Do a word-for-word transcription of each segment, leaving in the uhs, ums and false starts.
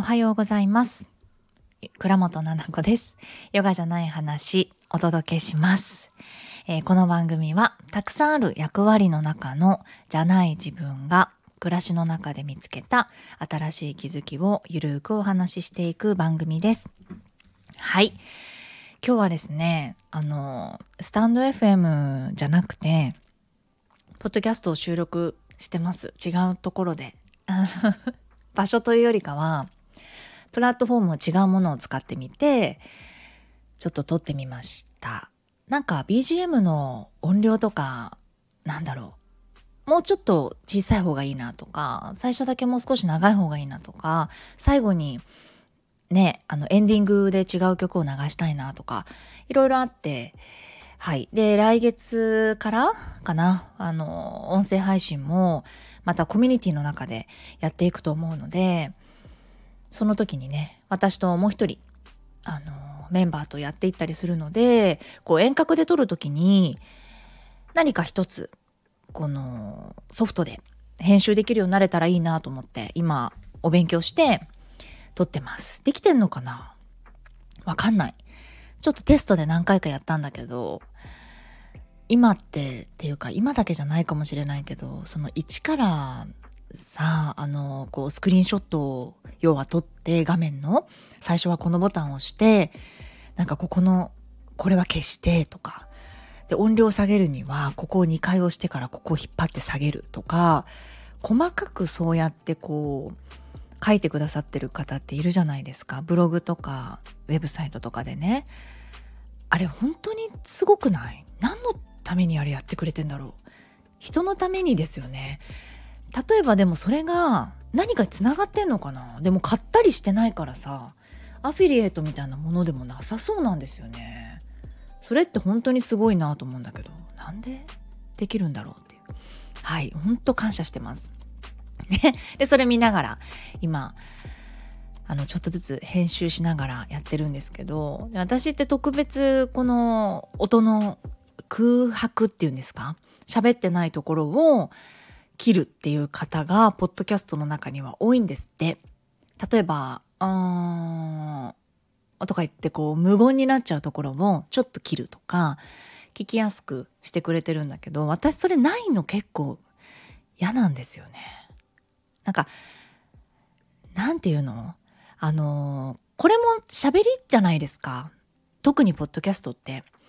はようございます。倉本々子です。ヨガじゃない話お届けします、えー、この番組はたくさんある役割の中のじゃない自分が暮らしの中で見つけた新しい気づきをゆるくお話ししていく番組です。はい、今日はですね、あのスタンド エフエム じゃなくてポッドキャストを収録してます。違うところで場所というよりかはプラットフォームを違うものを使ってみてちょっと撮ってみました。なんか ビージーエム の音量とかなんだろう、もうちょっと小さい方がいいなとか、最初だけもう少し長い方がいいなとか、最後にね、あのエンディングで違う曲を流したいなとか、いろいろあって、はい。で、来月からかな、あの音声配信もまたコミュニティの中でやっていくと思うので、その時にね、私ともう一人あのメンバーとやっていったりするので、こう遠隔で撮る時に何か一つこのソフトで編集できるようになれたらいいなと思って今お勉強して撮ってます。できてんのかな？わかんない。ちょっとテストで何回かやったんだけど、今ってっていうか今だけじゃないかもしれないけど、その一からさあ、あのこうスクリーンショットを要は撮って画面の最初はこのボタンを押してなんかここのこれは消してとかで、音量下げるにはここをにかい押してからここを引っ張って下げるとか、細かくそうやってこう書いてくださってる方っているじゃないですか。ブログとかウェブサイトとかでね。あれ本当にすごくない？何のためにあれやってくれてんだろう。人のためにですよね。例えばでもそれが何かつながってんのかな。でも買ったりしてないからさ、アフィリエイトみたいなものでもなさそうなんですよね。それって本当にすごいなと思うんだけど、なんでできるんだろうっていう。はい、本当感謝してますね。でそれ見ながら今あのちょっとずつ編集しながらやってるんですけど、私って特別この音の空白っていうんですか、喋ってないところを切るっていう方がポッドキャストの中には多いんですって。例えばうーんとか言ってこう無言になっちゃうところもちょっと切るとか聞きやすくしてくれてるんだけど、私それないの結構嫌なんですよね。なんかなんていうの、あのこれも喋りじゃないですか。特にポッドキャストって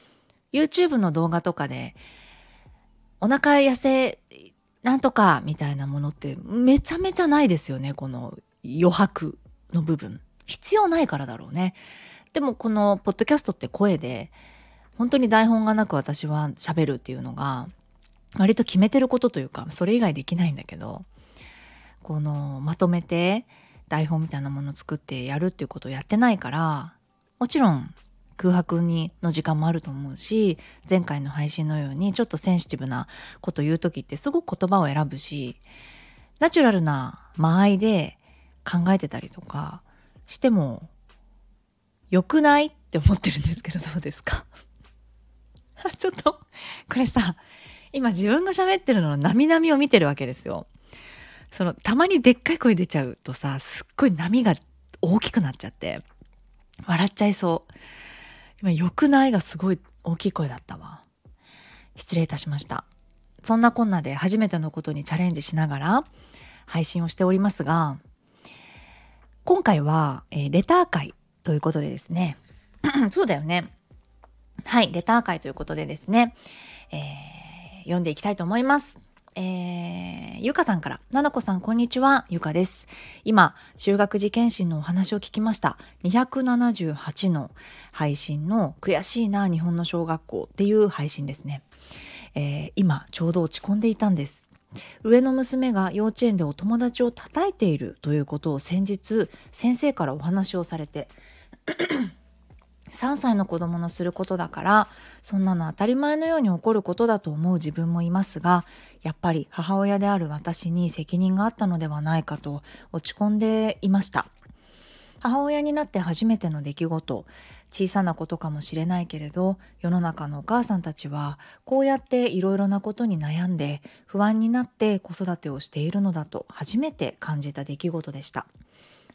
YouTube の動画とかでお腹痩せなんとかみたいなものってめちゃめちゃないですよね。この余白の部分必要ないからだろうね。でもこのポッドキャストって声で本当に台本がなく私は喋るっていうのが割と決めてることというか、それ以外できないんだけど、このまとめて台本みたいなものを作ってやるっていうことをやってないから、もちろん空白にの時間もあると思うし、前回の配信のようにちょっとセンシティブなこと言う時ってすごく言葉を選ぶし、ナチュラルな間合いで考えてたりとかしても良くないって思ってるんですけど、どうですか？ちょっとこれさ、今自分が喋ってるのの波々を見てるわけですよ。そのたまにでっかい声出ちゃうとさ、すっごい波が大きくなっちゃって笑っちゃいそう。今良くないがすごい大きい声だったわ。失礼いたしました。そんなこんなで初めてのことにチャレンジしながら配信をしておりますが、今回は、えー、レター会ということでですねそうだよね。はい、レター会ということでですね、えー、読んでいきたいと思います。えー、ゆかさんから、ななこさんこんにちは、ゆかです。今修学時検診のお話を聞きました。にひゃくななじゅうはちの配信の悔しいな日本の小学校っていう配信ですね。えー、今ちょうど落ち込んでいたんです。上の娘が幼稚園でお友達を叩いているということを先日先生からお話をされてさんさいの子供のすることだからそんなの当たり前のように起こることだと思う自分もいますが、やっぱり母親である私に責任があったのではないかと落ち込んでいました。母親になって初めての出来事、小さなことかもしれないけれど、世の中のお母さんたちはこうやっていろいろなことに悩んで不安になって子育てをしているのだと初めて感じた出来事でした。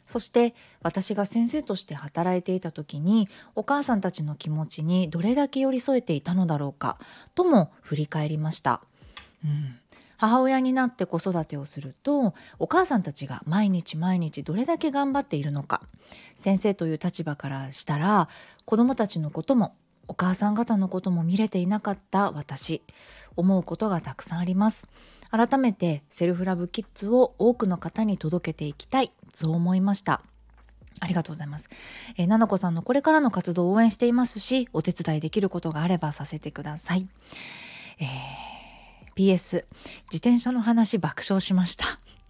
そして私が先生として働いていた時にお母さんたちの気持ちにどれだけ寄り添えていたのだろうかとも振り返りました。うん、母親になって子育てをするとお母さんたちが毎日毎日どれだけ頑張っているのか、先生という立場からしたら子どもたちのこともお母さん方のことも見れていなかった私、思うことがたくさんあります。改めてセルフラブキッズを多くの方に届けていきたい、そう思いました。ありがとうございます。えー、ななこさんのこれからの活動を応援していますし、お手伝いできることがあればさせてください。えー、ピーエス 自転車の話爆笑しました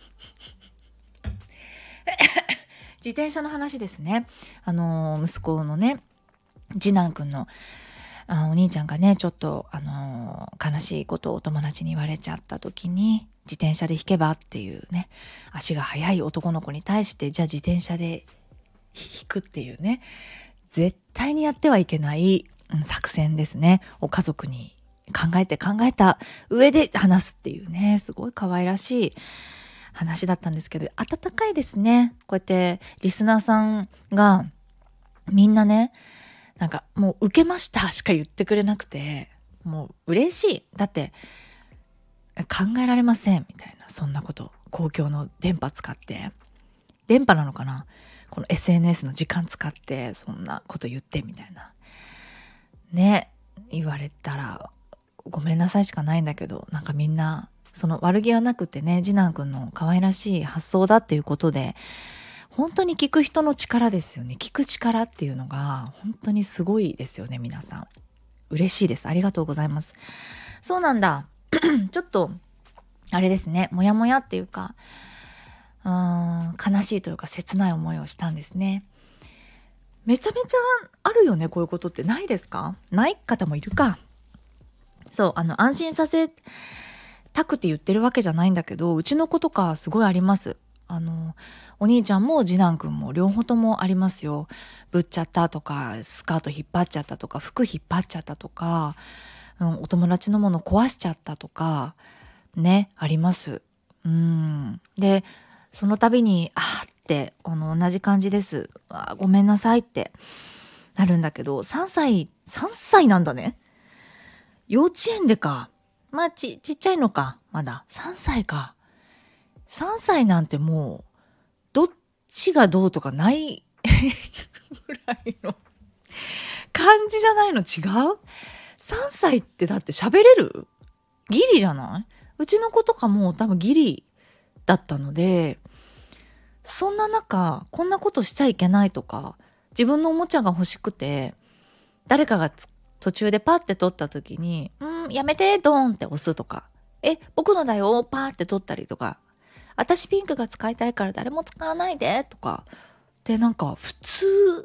自転車の話ですね。あのー、息子のね、次男くんのあお兄ちゃんがねちょっと、あのー、悲しいことをお友達に言われちゃった時に、自転車で引けばっていうね、足が速い男の子に対してじゃあ自転車で引くっていうね、絶対にやってはいけない、うん、作戦ですねを家族に考えて考えた上で話すっていうね、すごい可愛らしい話だったんですけど、温かいですね。こうやってリスナーさんがみんなね、なんかもう受けましたしか言ってくれなくて、もう嬉しい。だって考えられませんみたいな、そんなこと、公共の電波使って、電波なのかな、この エスエヌエス の時間使ってそんなこと言ってみたいなね、言われたらごめんなさいしかないんだけど、なんかみんなその悪気はなくてね、次男くんの可愛らしい発想だっていうことで、本当に聞く人の力ですよね。聞く力っていうのが本当にすごいですよね。皆さん嬉しいです。ありがとうございます。そうなんだちょっとあれですね、もやもやっていうか、うーん悲しいというか切ない思いをしたんですね。めちゃめちゃあるよね、こういうことって。ないですか？ない方もいるか。そうあの安心させたくて言ってるわけじゃないんだけど、うちの子とかすごいあります。あのお兄ちゃんも次男くんも両方ともありますよ。ぶっちゃったとか、スカート引っ張っちゃったとか、服引っ張っちゃったとか、うん、お友達のもの壊しちゃったとかね、あります。うんでその度にあーってあの同じ感じです。あごめんなさいってなるんだけど、さんさいさんさいなんだね。幼稚園でか。まあちちっちゃいのか、まださんさいか。さんさいなんてもうどっちがどうとかないぐらいの感じじゃないの？違う？ さん 歳ってだって喋れる？ギリじゃない？うちの子とかも多分ギリだったので、そんな中こんなことしちゃいけないとか、自分のおもちゃが欲しくて誰かが途中でパッて取った時にんやめてドーンって押すとか、え僕のだよパーって取ったりとか、私ピンクが使いたいから誰も使わないでとかで、なんか普通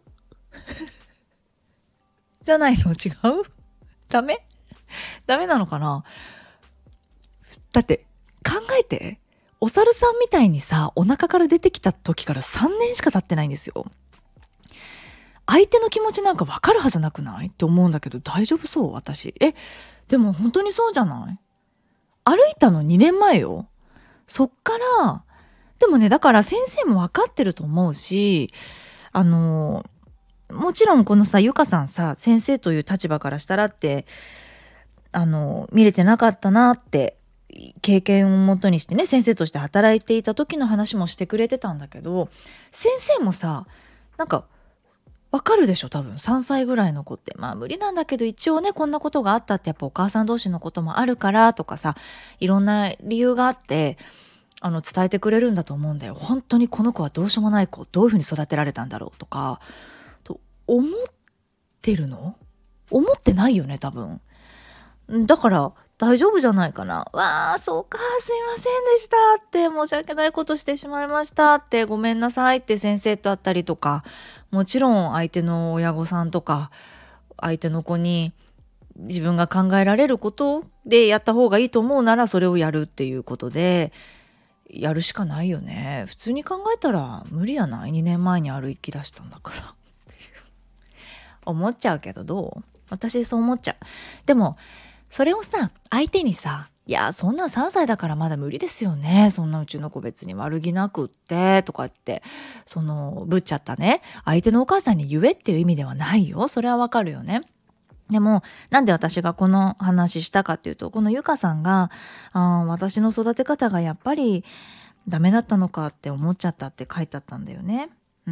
じゃないの？違う？ダメ？ダメなのかな？だって考えて、お猿さんみたいにさ、お腹から出てきた時からさんねんしか経ってないんですよ。相手の気持ちなんか分かるはずなくないって思うんだけど、大丈夫そう？私えでも本当にそうじゃない？歩いたのにねんまえよ。そっからでもね、だから先生も分かってると思うし、あのもちろんこのさ、ゆかさんさ、先生という立場からしたらってあの見れてなかったなって経験をもとにしてね、先生として働いていた時の話もしてくれてたんだけど、先生もさなんかわかるでしょ多分。さんさいぐらいの子ってまあ無理なんだけど、一応ねこんなことがあったって、やっぱお母さん同士のこともあるからとかさ、いろんな理由があってあの伝えてくれるんだと思うんだよ。本当にこの子はどうしようもない子、どういうふうに育てられたんだろうとかと思ってるの？思ってないよね多分。だから大丈夫じゃないかな。わあそうか、すいませんでしたって、申し訳ないことしてしまいましたって、ごめんなさいって先生と会ったりとか、もちろん相手の親御さんとか相手の子に自分が考えられることでやった方がいいと思うならそれをやるっていうことでやるしかないよね。普通に考えたら無理やない？にねんまえに歩き出したんだからっていう思っちゃうけど、どう？私そう思っちゃう。でもそれをさ相手にさいやそんなさんさいだからまだ無理ですよね、そんなうちの子別に悪気なくってとかって、そのぶっちゃったね相手のお母さんに言えっていう意味ではないよ。それはわかるよね。でもなんで私がこの話したかっていうと、このゆかさんがあー私の育て方がやっぱりダメだったのかって思っちゃったって書いてあったんだよね。うん、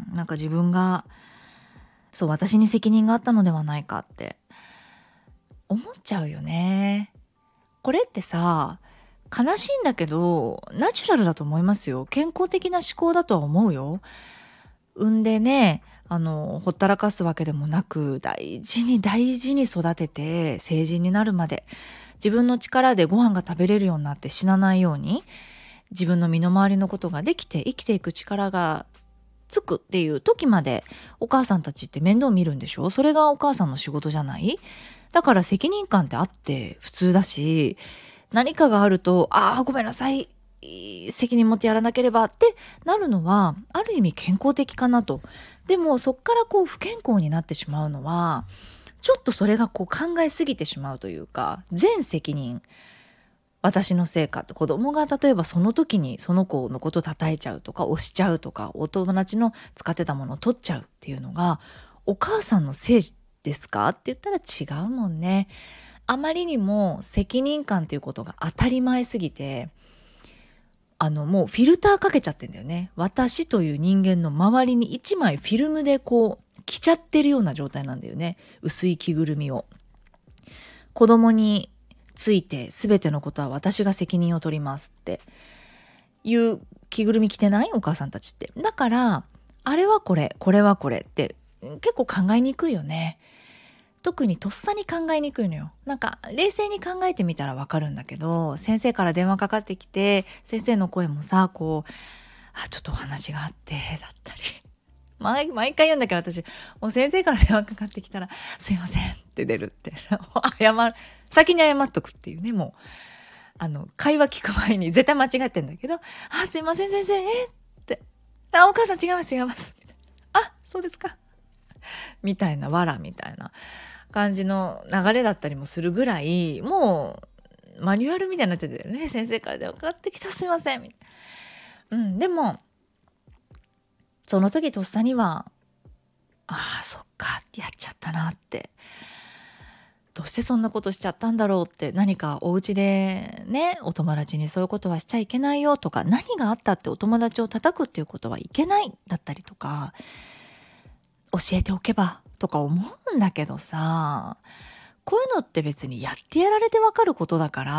なんか自分がそう私に責任があったのではないかって思っちゃうよね。これってさ、悲しいんだけどナチュラルだと思いますよ。健康的な思考だとは思うよ。産んでね、あのほったらかすわけでもなく、大事に大事に育てて成人になるまで自分の力でご飯が食べれるようになって、死なないように自分の身の回りのことができて生きていく力がつくっていう時までお母さんたちって面倒見るんでしょ。それがお母さんの仕事じゃない？だから責任感ってあって普通だし、何かがあるとああごめんなさい責任持ってやらなければってなるのはある意味健康的かなと。でもそっからこう不健康になってしまうのはちょっとそれがこう考えすぎてしまうというか、全責任私のせいかって、子供が例えばその時にその子のこと叩いちゃうとか押しちゃうとかお友達の使ってたものを取っちゃうっていうのがお母さんのせいですかって言ったら違うもんね。あまりにも責任感っていうことが当たり前すぎて、あのもうフィルターかけちゃってんだよね。私という人間の周りに一枚フィルムでこう着ちゃってるような状態なんだよね。薄い着ぐるみを。子供について全てのことは私が責任を取りますっていう着ぐるみ着てない？お母さんたちって。だからあれはこれこれはこれって結構考えにくいよね。特にとっさに考えにくいのよ。なんか冷静に考えてみたらわかるんだけど、先生から電話かかってきて先生の声もさこうあちょっとお話があってだったり毎, 毎回言うんだけど、私もう先生から電話かかってきたらすいませんって出るって謝る、先に謝っとくっていうね。もうあの会話聞く前に絶対間違ってんだけど、あすいません先生えってあお母さん違います違いますみたいな、あそうですかみたいな、わらみたいな感じの流れだったりもするぐらい、もうマニュアルみたいになっちゃってるね。先生から電話かかってきたすいませんみたいな。うんでもその時とっさにはああそっかやっちゃったなって、どうしてそんなことしちゃったんだろうって、何かお家でねお友達にそういうことはしちゃいけないよとか、何があったってお友達を叩くっていうことはいけないだったりとか教えておけばとか思うんだけどさ、こういうのって別にやってやられてわかることだから、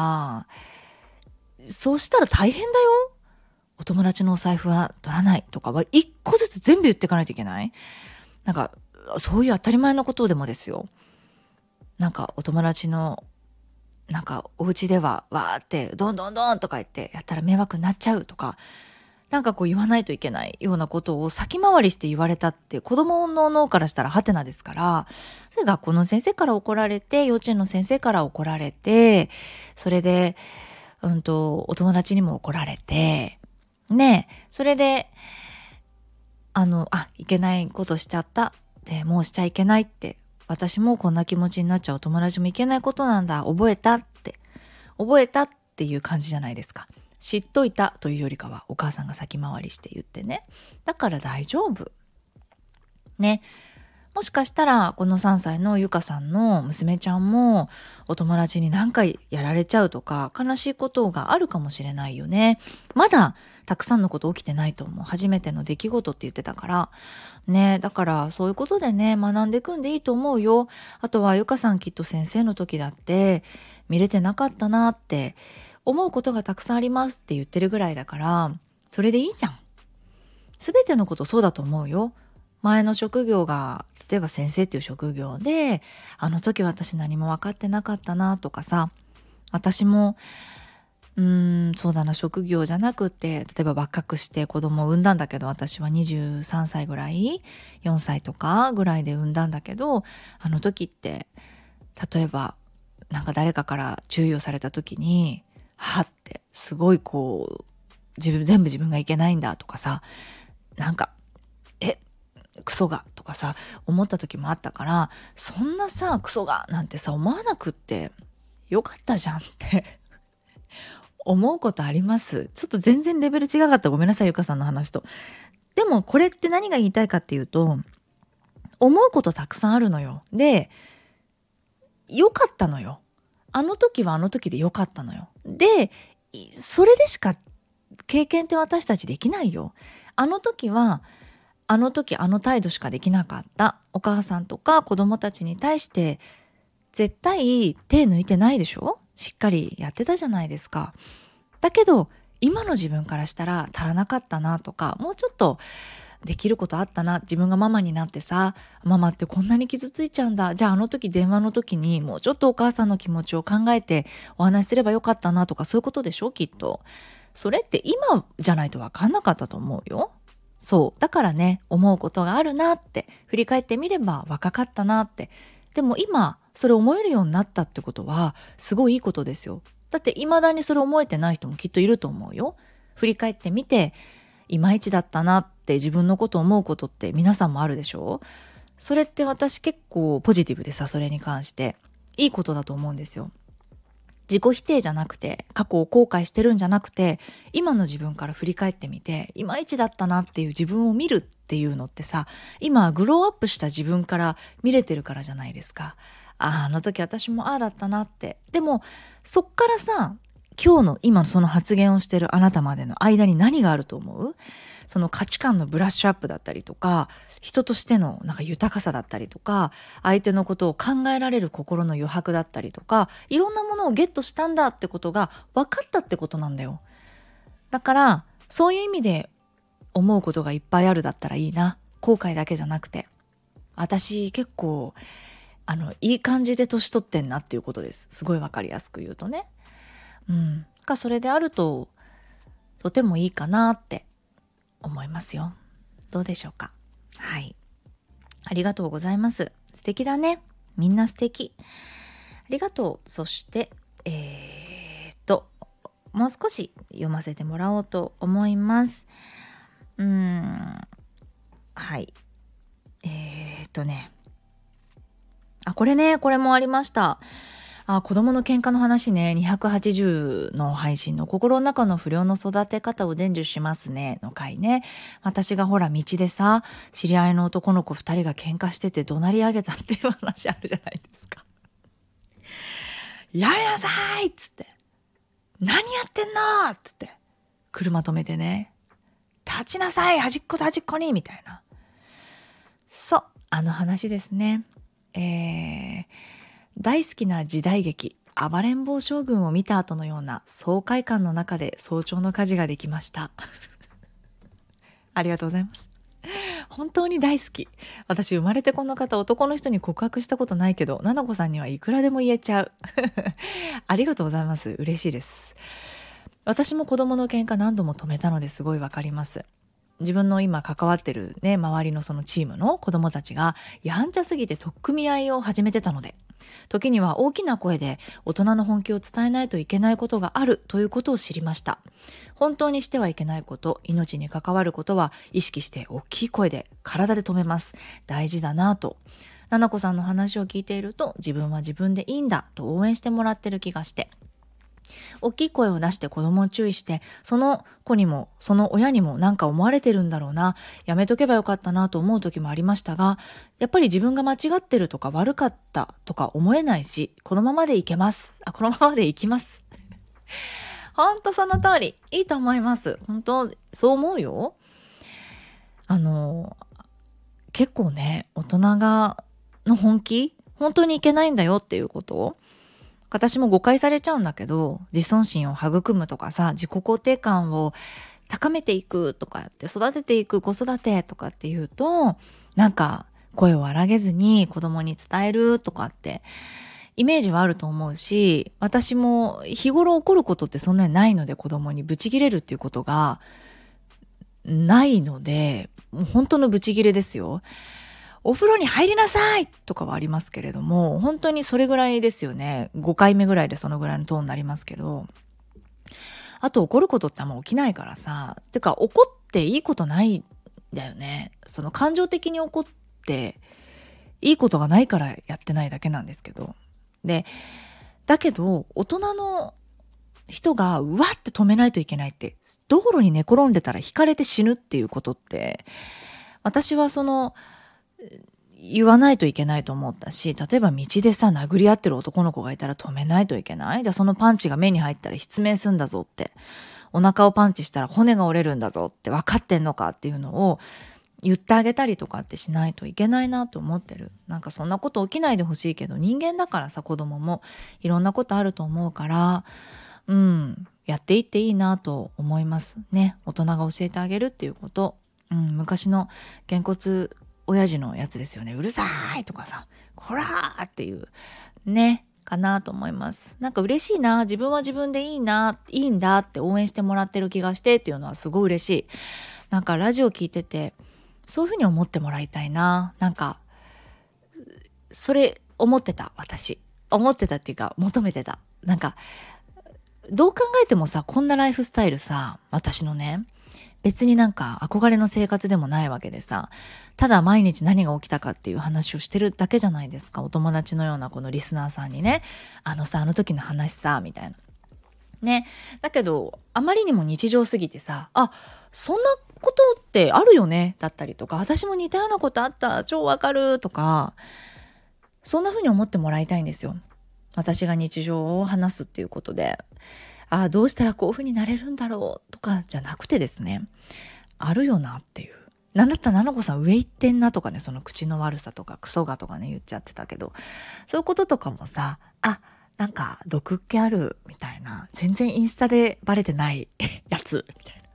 そうしたら大変だよ。お友達のお財布は取らないとかは一個ずつ全部言っていかないといけない。なんかそういう当たり前のことでもですよ。なんかお友達のなんかお家ではわーってどんどんどんとか言ってやったら迷惑になっちゃうとか、なんかこう言わないといけないようなことを先回りして言われたって、子供の脳からしたらハテナですから、それ学校の先生から怒られて、幼稚園の先生から怒られて、それでうんとお友達にも怒られてねえ、それであのあいけないことしちゃったってもうしちゃいけないって、私もこんな気持ちになっちゃうお友達もいけないことなんだ覚えたって覚えたっていう感じじゃないですか。知っといたというよりかはお母さんが先回りして言ってね、だから大丈夫ね。もしかしたらこのさんさいのゆかさんの娘ちゃんもお友達に何回やられちゃうとか悲しいことがあるかもしれないよね。まだたくさんのこと起きてないと思う。初めての出来事って言ってたからね。だからそういうことでね学んでいくんでいいと思うよ。あとはゆかさんきっと先生の時だって見れてなかったなって思うことがたくさんありますって言ってるぐらいだから、それでいいじゃん。すべてのことそうだと思うよ。前の職業が例えば先生っていう職業で、あの時私何も分かってなかったなとかさ、私もうーんそうだな職業じゃなくて、例えば若くして子供を産んだんだけど、私はにじゅうさんさいぐらいよんさいとかぐらいで産んだんだけど、あの時って例えばなんか誰かから注意をされた時にはってすごいこう自分全部自分がいけないんだとかさ、なんかえクソがとかさ思った時もあったから、そんなさクソがなんてさ思わなくってよかったじゃんって思うことあります。ちょっと全然レベル違かった。ごめんなさい、ゆかさんの話と。でもこれって何が言いたいかっていうと、思うことたくさんあるのよ。で、良かったのよ。あの時はあの時で良かったのよ。で、それでしか経験って私たちできないよ。あの時はあの時あの態度しかできなかった。お母さんとか子供たちに対して絶対手抜いてないでしょ？しっかりやってたじゃないですか。だけど今の自分からしたら足らなかったなとか、もうちょっとできることあったな。自分がママになってさ、ママってこんなに傷ついちゃうんだ。じゃああの時電話の時にもうちょっとお母さんの気持ちを考えてお話しすればよかったなとか、そういうことでしょきっと。それって今じゃないと分かんなかったと思うよ。そうだからね、思うことがあるなって振り返ってみれば若かったなって。でも今それ思えるようになったってことはすごいいいことですよ。だって未だにそれ思えてない人もきっといると思うよ。振り返ってみていまいちだったなって自分のことを思うことって皆さんもあるでしょ？それって私結構ポジティブでさ、それに関していいことだと思うんですよ。自己否定じゃなくて、過去を後悔してるんじゃなくて、今の自分から振り返ってみていまいちだったなっていう自分を見るっていうのってさ、今グローアップした自分から見れてるからじゃないですか。ああ、あの時私もああだったなって。でもそっからさ、今日の今のその発言をしてるあなたまでの間に何があると思う？その価値観のブラッシュアップだったりとか、人としてのなんか豊かさだったりとか、相手のことを考えられる心の余白だったりとか、いろんなものをゲットしたんだってことが分かったってことなんだよ。だからそういう意味で思うことがいっぱいあるだったらいいな。後悔だけじゃなくて。私結構あのいい感じで年取ってんなっていうことです。すごい分かりやすく言うとね。うん。がそれであるととてもいいかなって思いますよ。どうでしょうか。はい。ありがとうございます。素敵だね。みんな素敵。ありがとう。そして、えー、っと、もう少し読ませてもらおうと思います。うーん。はい。えー、っとね。あ、これね、これもありました。あ、子供の喧嘩の話ね、にひゃくはちじゅうの配信の心の中の不良の育て方を伝授しますねの回ね。私がほら道でさ、知り合いの男の子ふたりが喧嘩してて怒鳴り上げたっていう話あるじゃないですか。やめなさいっつって。何やってんのっつって。車止めてね。立ちなさい端っこと端っこにみたいな。そう、あの話ですね。えー、大好きな時代劇暴れん坊将軍を見た後のような爽快感の中で早朝の家事ができましたありがとうございます。本当に大好き。私生まれてこの方、男の人に告白したことないけど、ななこさんにはいくらでも言えちゃうありがとうございます。嬉しいです。私も子供の喧嘩何度も止めたのですごいわかります。自分の今関わってるね、周りのそのチームの子供たちがやんちゃすぎて取っ組み合いを始めてたので、時には大きな声で大人の本気を伝えないといけないことがあるということを知りました。本当にしてはいけないこと、命に関わることは意識して大きい声で体で止めます。大事だなぁと。ななこさんの話を聞いていると、自分は自分でいいんだと応援してもらってる気がして、大きい声を出して子供を注意して、その子にもその親にも何か思われてるんだろうな、やめとけばよかったなと思う時もありましたが、やっぱり自分が間違ってるとか悪かったとか思えないし、このままでいけます。あ、このままでいきます。本当その通り。いいと思います。本当そう思うよ。あの結構ね、大人がの本気本当にいけないんだよっていうことを私も誤解されちゃうんだけど、自尊心を育むとかさ、自己肯定感を高めていくとかって育てていく子育てとかっていうと、なんか声を荒げずに子供に伝えるとかってイメージはあると思うし、私も日頃起こることってそんなにないので、子供にブチギレるっていうことがないので、もう本当のブチギレですよ。お風呂に入りなさいとかはありますけれども、本当にそれぐらいですよね。ごかいめぐらいでそのぐらいのトーンになりますけど、あと怒ることってあんま起きないからさ、てか怒っていいことないんだよね。その感情的に怒っていいことがないからやってないだけなんですけど。で、だけど大人の人がうわって止めないといけないって、道路に寝転んでたらひかれて死ぬっていうことって、私はその言わないといけないと思ったし、例えば道でさ殴り合ってる男の子がいたら止めないといけない。じゃあそのパンチが目に入ったら失明すんだぞって、お腹をパンチしたら骨が折れるんだぞって分かってんのかっていうのを言ってあげたりとかってしないといけないなと思ってる。なんかそんなこと起きないでほしいけど、人間だからさ、子供もいろんなことあると思うから、うんやっていっていいなと思いますね。大人が教えてあげるっていうこと、うん、昔のげんこつ親父のやつですよね。うるさいとかさ、こらーっていうねかなと思います。なんか嬉しいな、自分は自分でいいな、いいんだって応援してもらってる気がしてっていうのはすごい嬉しい。なんかラジオ聞いててそういうふうに思ってもらいたいな。なんかそれ思ってた。私思ってたっていうか求めてた。なんかどう考えてもさ、こんなライフスタイルさ、私のね、別になんか憧れの生活でもないわけでさ、ただ毎日何が起きたかっていう話をしてるだけじゃないですか。お友達のようなこのリスナーさんにね、あのさ、あの時の話さ、みたいな。ね。だけど、あまりにも日常すぎてさ、あ、そんなことってあるよね、だったりとか、私も似たようなことあった、超わかる、とか、そんな風に思ってもらいたいんですよ。私が日常を話すっていうことで、ああどうしたらこういう風になれるんだろうとかじゃなくてですね、あるよなっていう。なんだったらななこさん上行ってんなとかね、その口の悪さとかクソがとかね言っちゃってたけど、そういうこととかもさ、あなんか毒っ気あるみたいな、全然インスタでバレてないやつみたいな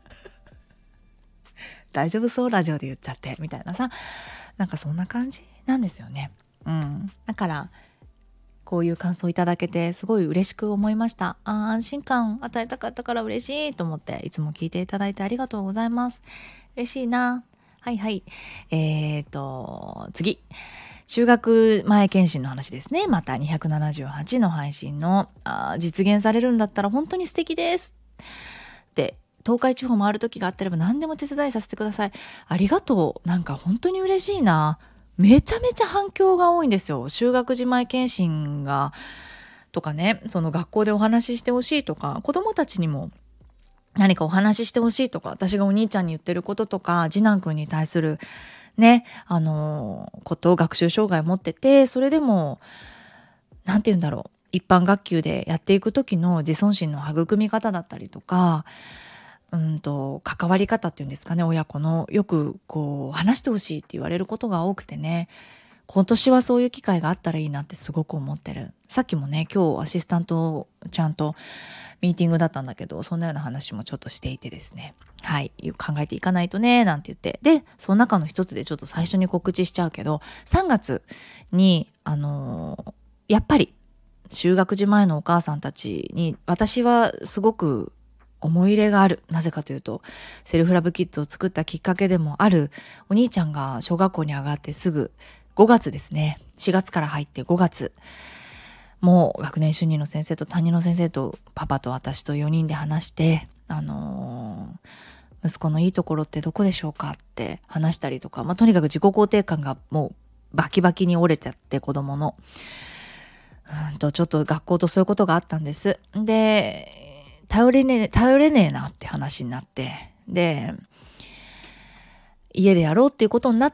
大丈夫そうラジオで言っちゃってみたいなさ、なんかそんな感じなんですよね。うんだからこういう感想いただけてすごい嬉しく思いました。あ安心感与えたかったから嬉しいと思って、いつも聞いていただいてありがとうございます。嬉しいな。はいはい。えーと、次。就学前検診の話ですね。またにひゃくななじゅうはちの配信のあ実現されるんだったら本当に素敵です。で、東海地方回る時があったらば何でも手伝いさせてください。ありがとう。なんか本当に嬉しいな。めちゃめちゃ反響が多いんですよ。就学時前検診がとかね、その学校でお話ししてほしいとか、子供たちにも何かお話ししてほしいとか、私がお兄ちゃんに言ってることとか、次男くんに対するね、あのことを学習障害を持ってて、それでもなんて言うんだろう、一般学級でやっていく時の自尊心の育み方だったりとか、うんと関わり方っていうんですかね、親子のよくこう話してほしいって言われることが多くてね、今年はそういう機会があったらいいなってすごく思ってる。さっきもね、今日アシスタントちゃんとミーティングだったんだけど、そんなような話もちょっとしていてですね、はい考えていかないとねなんて言って、でその中の一つでちょっと最初に告知しちゃうけど、さんがつにあのー、やっぱり就学時前のお母さんたちに私はすごく思い入れがある。なぜかというと、セルフラブキッズを作ったきっかけでもあるお兄ちゃんが小学校に上がってすぐごがつですね。しがつから入ってごがつ。もう学年主任の先生と担任の先生とパパと私とよにんで話して、あのー、息子のいいところってどこでしょうかって話したりとか、まあ、とにかく自己肯定感がもうバキバキに折れちゃって、子供の。うんとちょっと学校とそういうことがあったんです。で、頼れねえ、頼れねえなって話になって、で、家でやろうっていうことになって、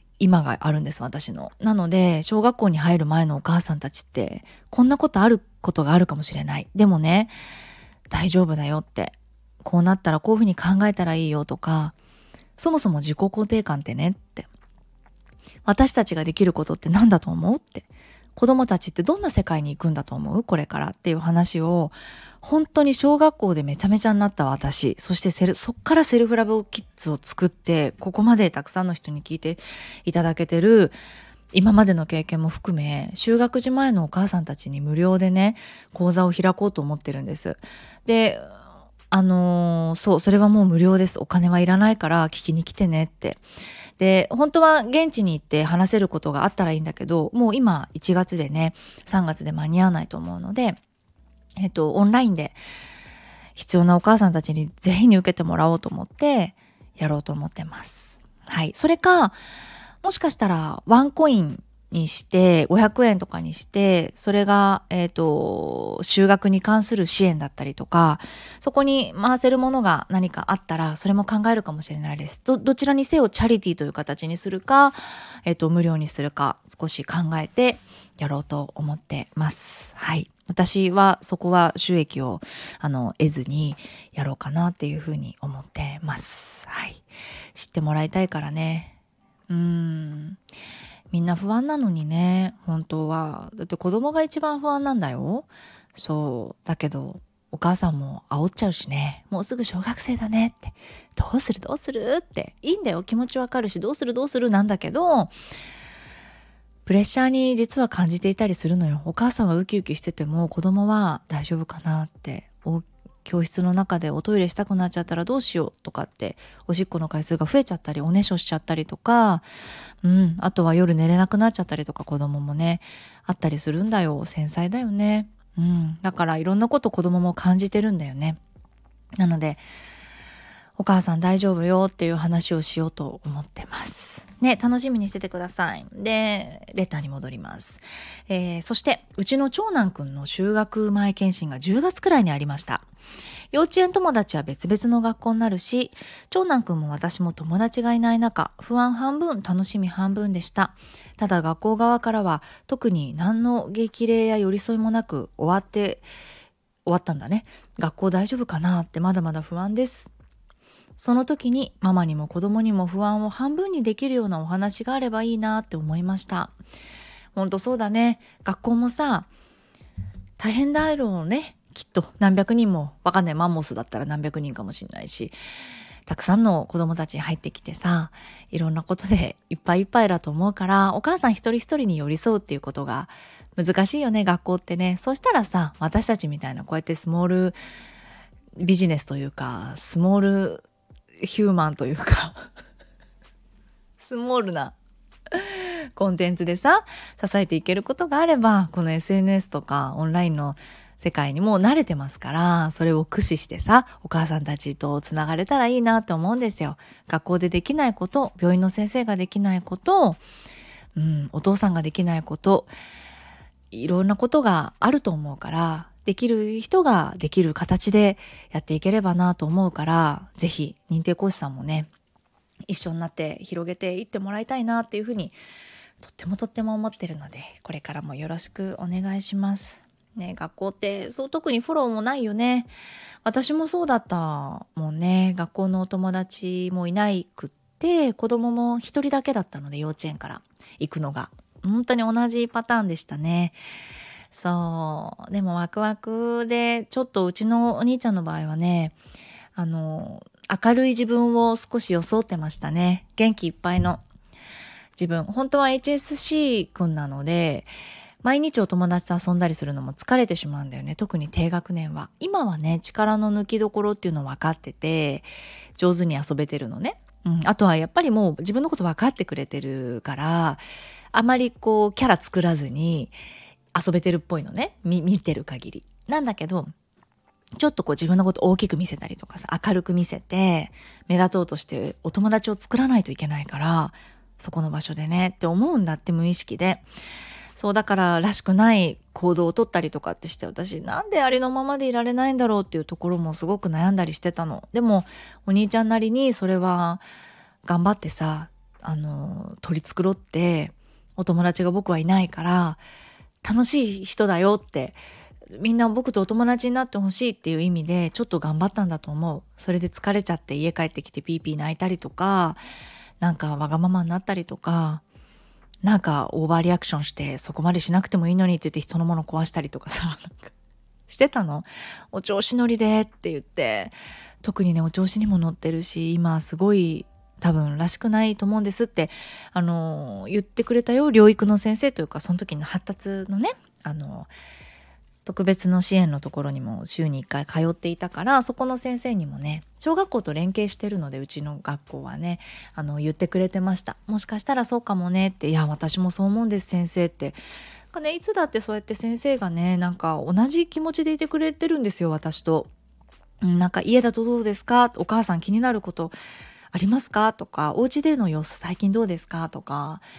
今があるんです、私の。なので、小学校に入る前のお母さんたちって、こんなことあることがあるかもしれない。でもね、大丈夫だよって。こうなったらこういうふうに考えたらいいよとか、そもそも自己肯定感ってねって。私たちができることって何だと思うって。子供たちってどんな世界に行くんだと思うこれからっていう話を、本当に小学校でめちゃめちゃになった私、そしてセルそっからセルフラブキッズを作って、ここまでたくさんの人に聞いていただけてる今までの経験も含め、就学時前のお母さんたちに無料でね、講座を開こうと思ってるんです。で、あのー、そう、それはもう無料です。お金はいらないから聞きに来てねって。で、本当は現地に行って話せることがあったらいいんだけど、もう今いちがつでね、さんがつで間に合わないと思うので、えっと、オンラインで必要なお母さんたちにぜひに受けてもらおうと思って、やろうと思ってます。はい。それか、もしかしたらワンコインにしてごひゃくえんとかにして、それが、えっと、就学に関する支援だったりとか、そこに回せるものが何かあったら、それも考えるかもしれないです。ど、どちらにせよチャリティーという形にするか、えっと、無料にするか、少し考えてやろうと思ってます。はい。私はそこは収益を、あの、得ずにやろうかなっていうふうに思ってます。はい。知ってもらいたいからね。うーん。みんな不安なのにね、本当は。だって子供が一番不安なんだよ。そう。だけど、お母さんも煽っちゃうしね。もうすぐ小学生だねって。どうするどうするって。いいんだよ。気持ちわかるし、どうするどうするなんだけど、プレッシャーに実は感じていたりするのよ。お母さんはウキウキしてても、子供は大丈夫かなって。教室の中でおトイレしたくなっちゃったらどうしようとかって、おしっこの回数が増えちゃったり、おねしょしちゃったりとか、うん、あとは夜寝れなくなっちゃったりとか、子供もね、あったりするんだよ。繊細だよね。うん、だからいろんなこと子供も感じてるんだよね。なので、お母さん大丈夫よっていう話をしようと思ってます。ね、楽しみにしててください。で、レターに戻ります。えー、そして、うちの長男くんの就学前検診がじゅうがつくらいにありました。幼稚園友達は別々の学校になるし、長男くんも私も友達がいない中、不安半分、楽しみ半分でした。ただ学校側からは、特に何の激励や寄り添いもなく終わって、終わったんだね。学校大丈夫かなってまだまだ不安です。その時にママにも子供にも不安を半分にできるようなお話があればいいなって思いました。ほんとそうだね。学校もさ、大変だろうね。きっと何百人も、わかんない、マンモスだったら何百人かもしれないし、たくさんの子供たちに入ってきてさ、いろんなことでいっぱいいっぱいだと思うから、お母さん一人一人に寄り添うっていうことが難しいよね、学校ってね。そしたらさ、私たちみたいなこうやってスモールビジネスというか、スモールヒューマンというかスモールなコンテンツでさ、支えていけることがあれば、この エスエヌエス とかオンラインの世界にもう慣れてますから、それを駆使してさ、お母さんたちとつながれたらいいなって思うんですよ。学校でできないこと、病院の先生ができないこと、うん、お父さんができないこと、いろんなことがあると思うから、できる人ができる形でやっていければなと思うから、ぜひ認定講師さんもね、一緒になって広げていってもらいたいなっていうふうにとってもとっても思ってるので、これからもよろしくお願いします。ね、学校ってそう特にフォローもないよね。私もそうだったもんね。学校のお友達もいないくって、子供も一人だけだったので、幼稚園から行くのが本当に同じパターンでしたね。そうでもワクワクで、ちょっとうちのお兄ちゃんの場合はね、あの明るい自分を少し装ってましたね。元気いっぱいの自分。本当は エイチエスシー 君なので、毎日お友達と遊んだりするのも疲れてしまうんだよね。特に低学年は。今はね、力の抜きどころっていうの分かってて、上手に遊べてるのね。うん、あとはやっぱりもう自分のこと分かってくれてるから、あまりこうキャラ作らずに遊べてるっぽいのね。見、見てる限り。なんだけど、ちょっとこう自分のこと大きく見せたりとかさ、明るく見せて、目立とうとしてお友達を作らないといけないから、そこの場所でねって思うんだって、無意識で。そうだかららしくない行動を取ったりとかってして、私なんでありのままでいられないんだろうっていうところもすごく悩んだりしてたの。でもお兄ちゃんなりにそれは頑張ってさ、あの取り繕って、お友達が僕はいないから楽しい人だよって、みんな僕とお友達になってほしいっていう意味でちょっと頑張ったんだと思う。それで疲れちゃって家帰ってきてピーピー泣いたりとか、なんかわがままになったりとか、なんかオーバーリアクションしてそこまでしなくてもいいのにって言って人のもの壊したりとかさ、なんかしてたの。お調子乗りでって言って、特にねお調子にも乗ってるし、今すごい多分らしくないと思うんですってあの言ってくれたよ。療育の先生というか、その時の発達のね、あの特別の支援のところにも週にいっかい通っていたから、そこの先生にもね、小学校と連携してるので、うちの学校はね、あの言ってくれてました。もしかしたらそうかもねって。いや私もそう思うんです先生って。なんかね、いつだってそうやって先生がね、なんか同じ気持ちでいてくれてるんですよ、私と。なんか家だとどうですか、お母さん気になることありますかとか、お家での様子最近どうですかとか、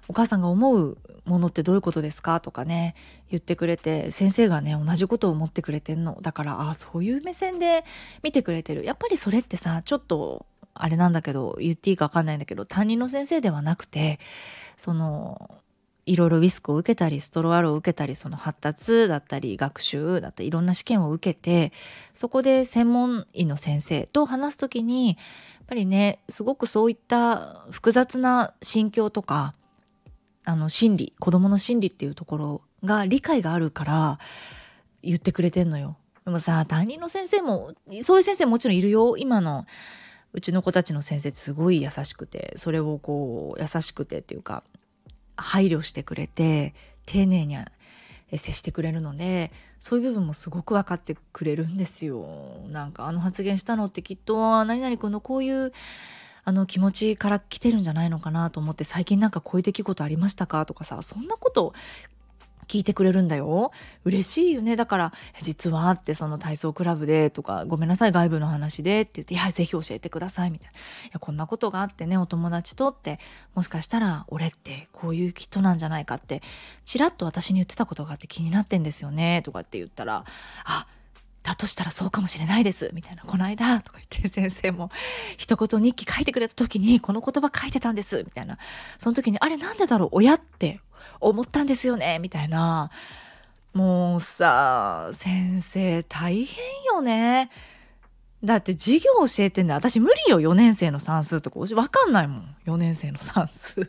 お母さんが思うものってどういうことですかとかね言ってくれて、先生がね同じことを思ってくれてんのだから、あそういう目線で見てくれてる。やっぱりそれってさ、ちょっとあれなんだけど、言っていいか分かんないんだけど、担任の先生ではなくて、そのいろいろウィスクを受けたりストロワロを受けたり、その発達だったり学習だったりいろんな試験を受けて、そこで専門医の先生と話すときにやっぱりね、すごくそういった複雑な心境とか、あの心理、子供の心理っていうところが理解があるから言ってくれてんのよ。でもさ、担任の先生もそういう先生もちろんいるよ。今のうちの子たちの先生すごい優しくて、それをこう優しくてっていうか配慮してくれて丁寧に接してくれるので、そういう部分もすごく分かってくれるんですよ。なんかあの発言したのってきっと何々君のこういうあの気持ちから来てるんじゃないのかなと思って、最近なんかこういう出来事ありましたかとかさ、そんなこと聞いてくれるんだよ。嬉しいよね。だから実はってその体操クラブでとか、ごめんなさい外部の話でって言って、いやぜひ教えてくださいみたいな、いやこんなことがあってね、お友達とって、もしかしたら俺ってこういう人なんじゃないかってちらっと私に言ってたことがあって気になってんですよねとかって言ったら、あだとしたらそうかもしれないですみたいな、この間とか言って先生も一言日記書いてくれた時にこの言葉書いてたんですみたいな、その時にあれなんでだろう親って思ったんですよねみたいな。もうさ先生大変よね。だって授業教えてんだ、私無理よ。よねん生の算数とか分かんないもん。よねん生の算数も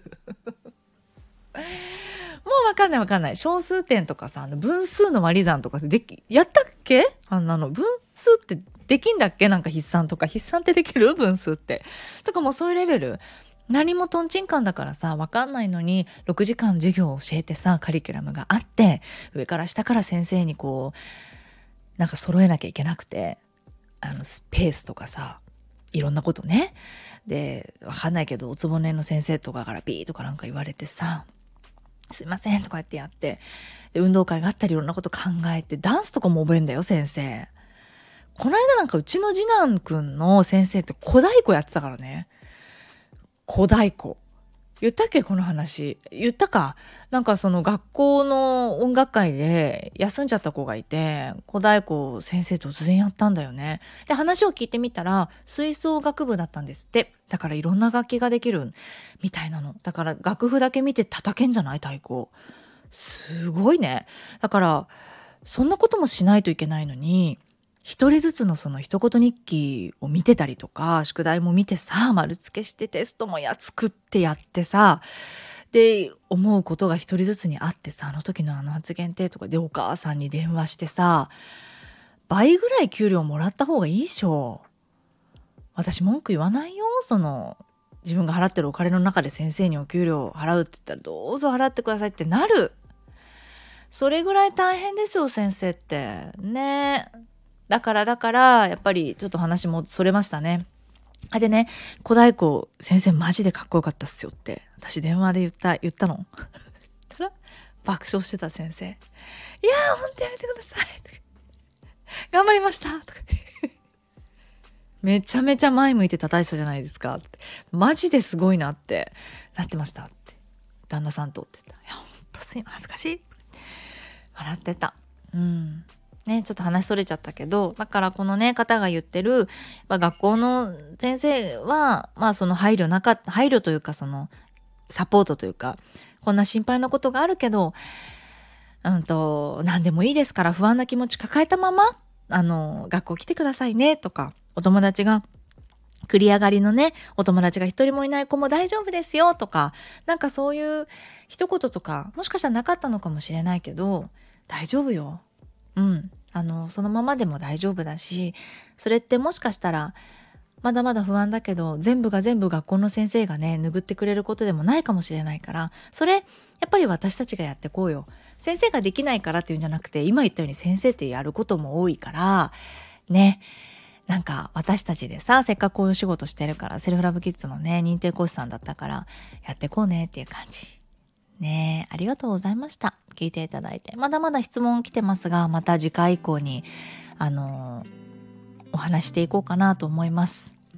う分かんない分かんない。小数点とかさ、あの分数の割り算とかできやったっけ、あんなの分数ってできんだっけ、なんか筆算とか筆算ってできる分数ってとか、もうそういうレベル。何もトンチンカンだからさ分かんないのにろくじかん授業を教えてさ、カリキュラムがあって上から下から先生にこうなんか揃えなきゃいけなくて、あのスペースとかさいろんなことね。で分かんないけどおつぼねの先生とかからピーとかなんか言われてさ、すいませんとかやってやって、で運動会があったりいろんなこと考えて、ダンスとかも覚えんだよ先生。この間なんかうちの次男くんの先生って小太鼓やってたからね。小太鼓言ったっけ、この話言ったか。なんかその学校の音楽会で休んじゃった子がいて、小太鼓先生突然やったんだよね。で話を聞いてみたら吹奏楽部だったんですって。だからいろんな楽器ができるみたいなの。だから楽譜だけ見て叩けんじゃない、太鼓。すごいね。だからそんなこともしないといけないのに、一人ずつのその一言日記を見てたりとか、宿題も見てさ、丸付けしてテストもや作ってやってさ、で思うことが一人ずつにあってさ、あの時のあの発言ってとかでお母さんに電話してさ、倍ぐらい給料もらった方がいいでしょ。私文句言わないよ。その自分が払ってるお金の中で先生にお給料払うって言ったら、どうぞ払ってくださいってなる。それぐらい大変ですよ先生ってね。だからだからやっぱりちょっと話もそれましたね。あでね、小太鼓先生マジでかっこよかったっすよって私電話で言った言ったのたら爆笑してた先生。いやーほんとやめてくださいとか、頑張りましたとかめちゃめちゃ前向いて叩いてたじゃないですかって、マジですごいなってなってましたって旦那さんとって言った。いやほんとすいません恥ずかしい笑ってた。うんね、ちょっと話それちゃったけど、だからこのね方が言ってる、まあ、学校の先生はまあその配慮なかった配慮というか、そのサポートというか、こんな心配なことがあるけど、うんと何でもいいですから不安な気持ち抱えたままあの学校来てくださいねとか、お友達が繰り上がりのねお友達が一人もいない子も大丈夫ですよとか、なんかそういう一言とかもしかしたらなかったのかもしれないけど、大丈夫よ。うん、あのそのままでも大丈夫だし、それってもしかしたらまだまだ不安だけど全部が全部学校の先生がね拭ってくれることでもないかもしれないから、それやっぱり私たちがやってこうよ。先生ができないからっていうんじゃなくて、今言ったように先生ってやることも多いからね、なんか私たちでさ、せっかくこういう仕事してるから、セルフラブキッズのね認定講師さんだったからやってこうねっていう感じね。えありがとうございました。聞いていただいて。まだまだ質問来てますが、また次回以降にあのお話していこうかなと思います。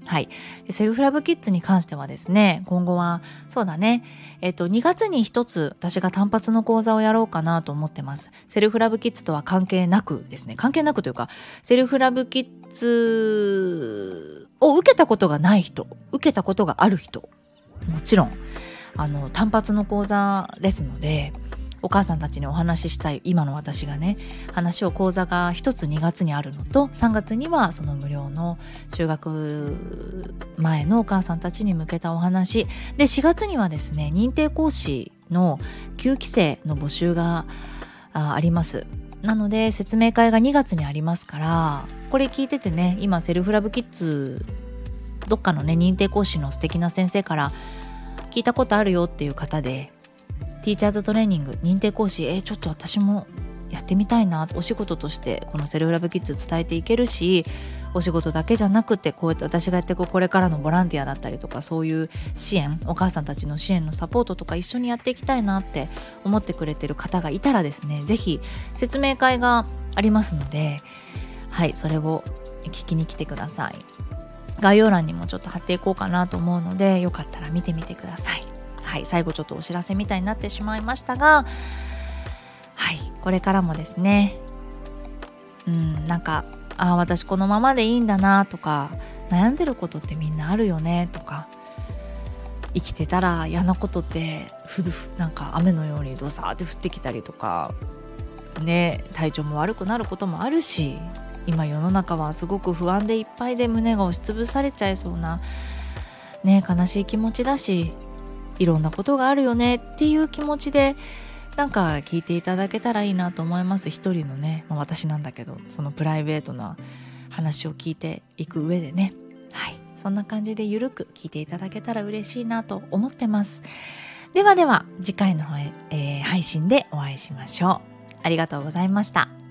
はい。セルフラブキッズに関してはですね、今後は、そうだね、えっと、にがつに一つ私が単発の講座をやろうかなと思ってます。セルフラブキッズとは関係なくですね、関係なくというか、セルフラブキッズを受けたことがない人、受けたことがある人、もちろん、あの、単発の講座ですので、お母さんたちにお話ししたい今の私がね話を講座が一つにがつにあるのとさんがつにはその無料の就学前のお母さんたちに向けたお話でしがつにはですね認定講師のきゅうきせいの募集が あ, ありますなので説明会がにがつにありますからこれ聞いててね今セルフラブキッズどっかのね認定講師の素敵な先生から聞いたことあるよっていう方でティーチャーズトレーニング認定講師えー、ちょっと私もやってみたいなお仕事としてこのセルフラブキッズ伝えていけるしお仕事だけじゃなくてこうやって私がやってこれからのボランティアだったりとかそういう支援お母さんたちの支援のサポートとか一緒にやっていきたいなって思ってくれてる方がいたらですねぜひ説明会がありますのではいそれを聞きに来てください。概要欄にもちょっと貼っていこうかなと思うのでよかったら見てみてください。はい、最後ちょっとお知らせみたいになってしまいましたがはいこれからもですねうんなんかあ私このままでいいんだなとか悩んでることってみんなあるよねとか生きてたら嫌なことってふふなんか雨のようにドサーって降ってきたりとかね体調も悪くなることもあるし今世の中はすごく不安でいっぱいで胸が押しつぶされちゃいそうなね悲しい気持ちだしいろんなことがあるよねっていう気持ちでなんか聞いていただけたらいいなと思います一人のね、まあ、私なんだけどそのプライベートな話を聞いていく上でねはいそんな感じでゆるく聞いていただけたら嬉しいなと思ってますではでは次回の、えー、配信でお会いしましょうありがとうございました。